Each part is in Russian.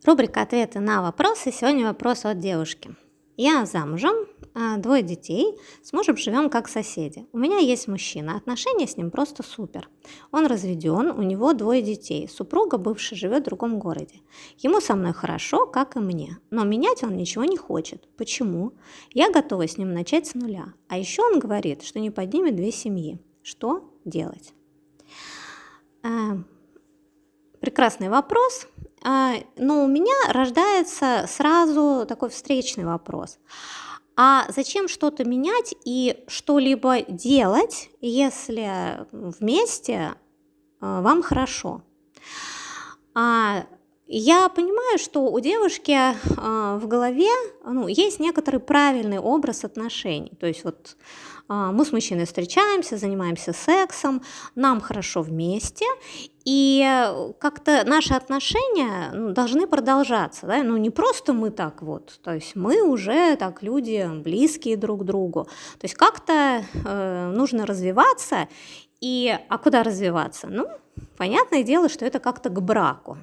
Рубрика «Ответы на вопросы». Сегодня вопрос от девушки. Я замужем, 2 детей, с мужем живем как соседи. У меня есть мужчина, отношения с ним просто супер. Он разведен, у него 2 детей, супруга бывшая живет в другом городе. Ему со мной хорошо, как и мне, но менять он ничего не хочет. Почему? Я готова с ним начать с нуля. А еще он говорит, что не поднимет 2 семьи. Что делать? Прекрасный вопрос. Но у меня рождается сразу такой встречный вопрос. А зачем что-то менять и что-либо делать, если вместе вам хорошо? Я понимаю, что у девушки в голове есть некоторый правильный образ отношений. То есть вот мы с мужчиной встречаемся, занимаемся сексом, нам хорошо вместе, и как-то наши отношения должны продолжаться. Да? Не просто мы так вот, то есть мы уже так люди близкие друг к другу. То есть как-то нужно развиваться, а куда развиваться? Понятное дело, что это как-то к браку.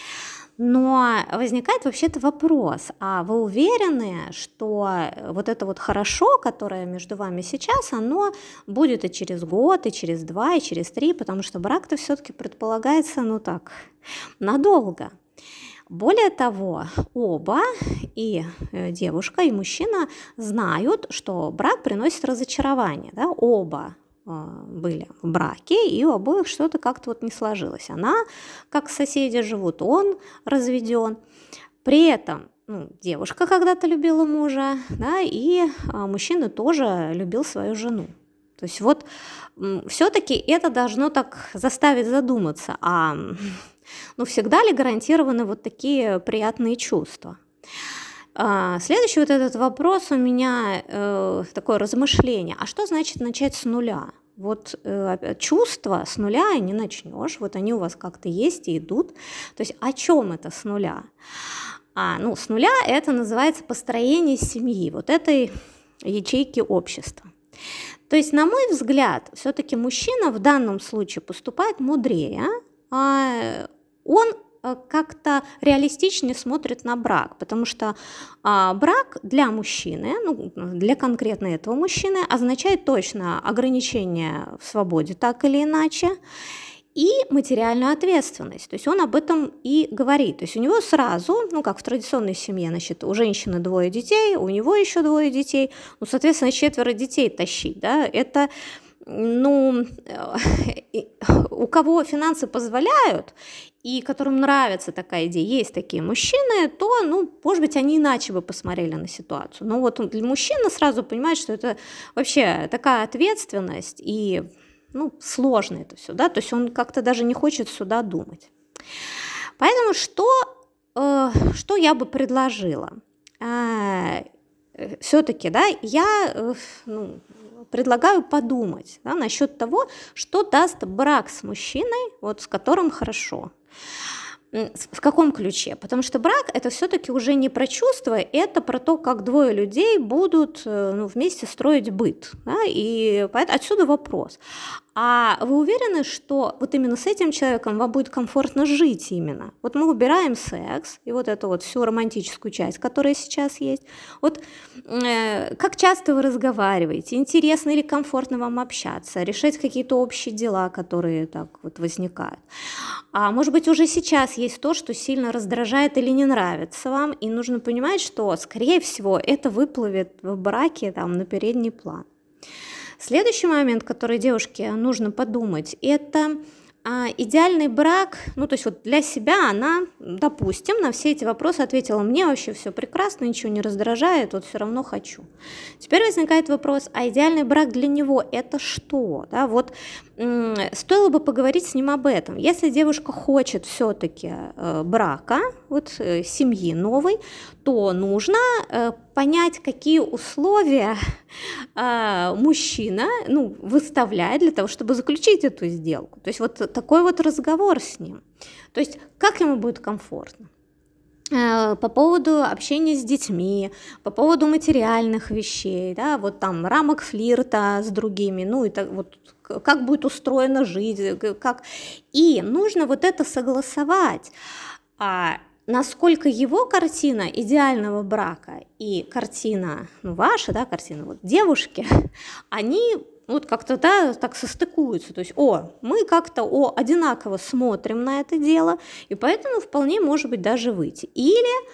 Но возникает вообще-то вопрос, а вы уверены, что вот это вот хорошо, которое между вами сейчас, оно будет и через год, и через 2, и через 3, потому что брак-то все-таки предполагается, надолго. Более того, оба, и девушка, и мужчина знают, что брак приносит разочарование, да, оба были в браке, и у обоих что-то как-то вот не сложилось. Она, как соседи живут, он разведен. При этом девушка когда-то любила мужа, да, и мужчина тоже любил свою жену. То есть вот все-таки это должно так заставить задуматься, всегда ли гарантированы вот такие приятные чувства? Следующий вот этот вопрос у меня такое размышление. А что значит начать с нуля? Вот чувства с нуля и не начнешь. Вот они у вас как-то есть и идут. То есть о чем это с нуля? С нуля это называется построение семьи, вот этой ячейки общества. То есть, на мой взгляд, все-таки мужчина в данном случае поступает мудрее. Он как-то реалистичнее смотрит на брак, потому что брак для мужчины, для конкретно этого мужчины, означает точно ограничение в свободе, так или иначе, и материальную ответственность. То есть он об этом и говорит. То есть у него сразу, как в традиционной семье, значит, у женщины 2 детей, у него еще 2 детей, соответственно, 4 детей тащить, да, это... у кого финансы позволяют, и которым нравится такая идея, есть такие мужчины, то, может быть, они иначе бы посмотрели на ситуацию. Но вот для мужчины сразу понимает, что это вообще такая ответственность, и, сложно это все, да, то есть он как-то даже не хочет сюда думать. Поэтому что я бы предложила? Все-таки, да, я предлагаю подумать, да, насчет того, что даст брак с мужчиной, вот с которым хорошо. В каком ключе? Потому что брак – это все-таки уже не про чувства, это про то, как 2 людей будут вместе строить быт. Да? И отсюда вопрос. А вы уверены, что вот именно с этим человеком вам будет комфортно жить именно? Вот мы убираем секс и вот эту вот всю романтическую часть, которая сейчас есть. Вот как часто вы разговариваете, интересно или комфортно вам общаться, решать какие-то общие дела, которые так вот возникают. А может быть, уже сейчас есть то, что сильно раздражает или не нравится вам, и нужно понимать, что, скорее всего, это выплывет в браке на передний план. Следующий момент, который девушке нужно подумать, это идеальный брак, то есть вот для себя она, допустим, на все эти вопросы ответила: мне вообще все прекрасно, ничего не раздражает, вот все равно хочу. Теперь возникает вопрос, а идеальный брак для него это что? Да, вот стоило бы поговорить с ним об этом. Если девушка хочет все-таки брака, семьи новой, то нужно понять, какие условия мужчина выставляет для того, чтобы заключить эту сделку. То есть вот такой вот разговор с ним. То есть как ему будет комфортно. По поводу общения с детьми, по поводу материальных вещей, да, вот там рамок флирта с другими, и так вот как будет устроена жизнь, как... И нужно вот это согласовать. насколько его картина идеального брака и картина, ну, ваша, да, картина вот девушки, они вот как-то, да, так состыкуются. То есть, мы как-то одинаково смотрим на это дело, и поэтому вполне может быть даже выйти. Или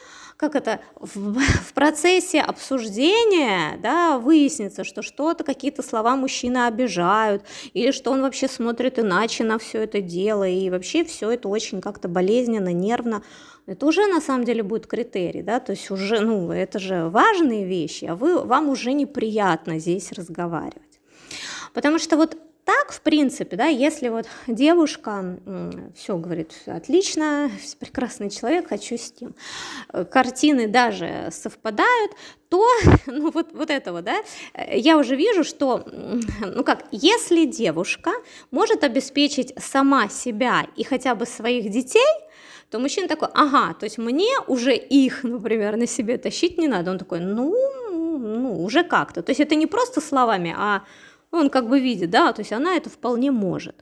в процессе обсуждения, да, выяснится, что что-то, какие-то слова мужчины обижают, или что он вообще смотрит иначе на все это дело, и вообще все это очень как-то болезненно, нервно. Это уже на самом деле будет критерий, да, то есть уже, ну, это же важные вещи, а вам уже неприятно здесь разговаривать. Потому что вот так, в принципе, да, если вот девушка все говорит, отлично, прекрасный человек, хочу с ним, картины даже совпадают, то, ну, вот этого, да, я уже вижу, что, ну как, если девушка может обеспечить сама себя и хотя бы своих детей, то мужчина такой, ага, то есть мне уже их, например, на себе тащить не надо. Он такой, ну уже как-то. То есть это не просто словами, а он как бы видит, да, то есть она это вполне может.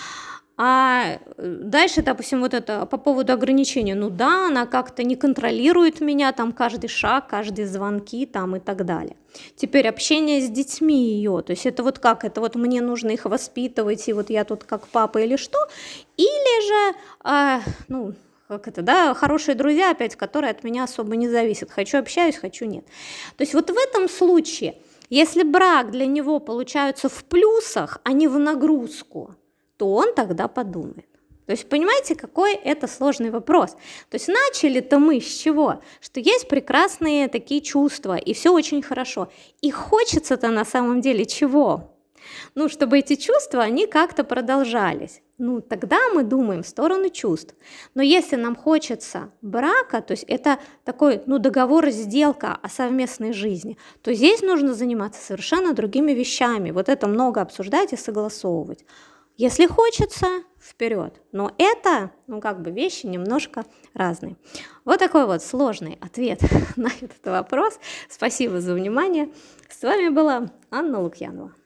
А дальше, допустим, вот это по поводу ограничения, ну да, она как-то не контролирует меня, там каждый шаг, каждые звонки там и так далее. Теперь общение с детьми ее, то есть это вот как, это вот мне нужно их воспитывать, и вот я тут как папа или что, или же, хорошие друзья опять, которые от меня особо не зависят, хочу общаюсь, хочу нет. То есть вот в этом случае, если брак для него получается в плюсах, а не в нагрузку, то он тогда подумает. То есть понимаете, какой это сложный вопрос. То есть начали-то мы с чего? Что есть прекрасные такие чувства, и все очень хорошо. И хочется-то на самом деле чего? Ну, чтобы эти чувства, они как-то продолжались. Ну, тогда мы думаем в сторону чувств. Но если нам хочется брака, то есть это такой, договор, сделка о совместной жизни, то здесь нужно заниматься совершенно другими вещами. Вот это много обсуждать и согласовывать. Если хочется, вперед. Но это, вещи немножко разные. Вот такой вот сложный ответ на этот вопрос. Спасибо за внимание. С вами была Анна Лукьянова.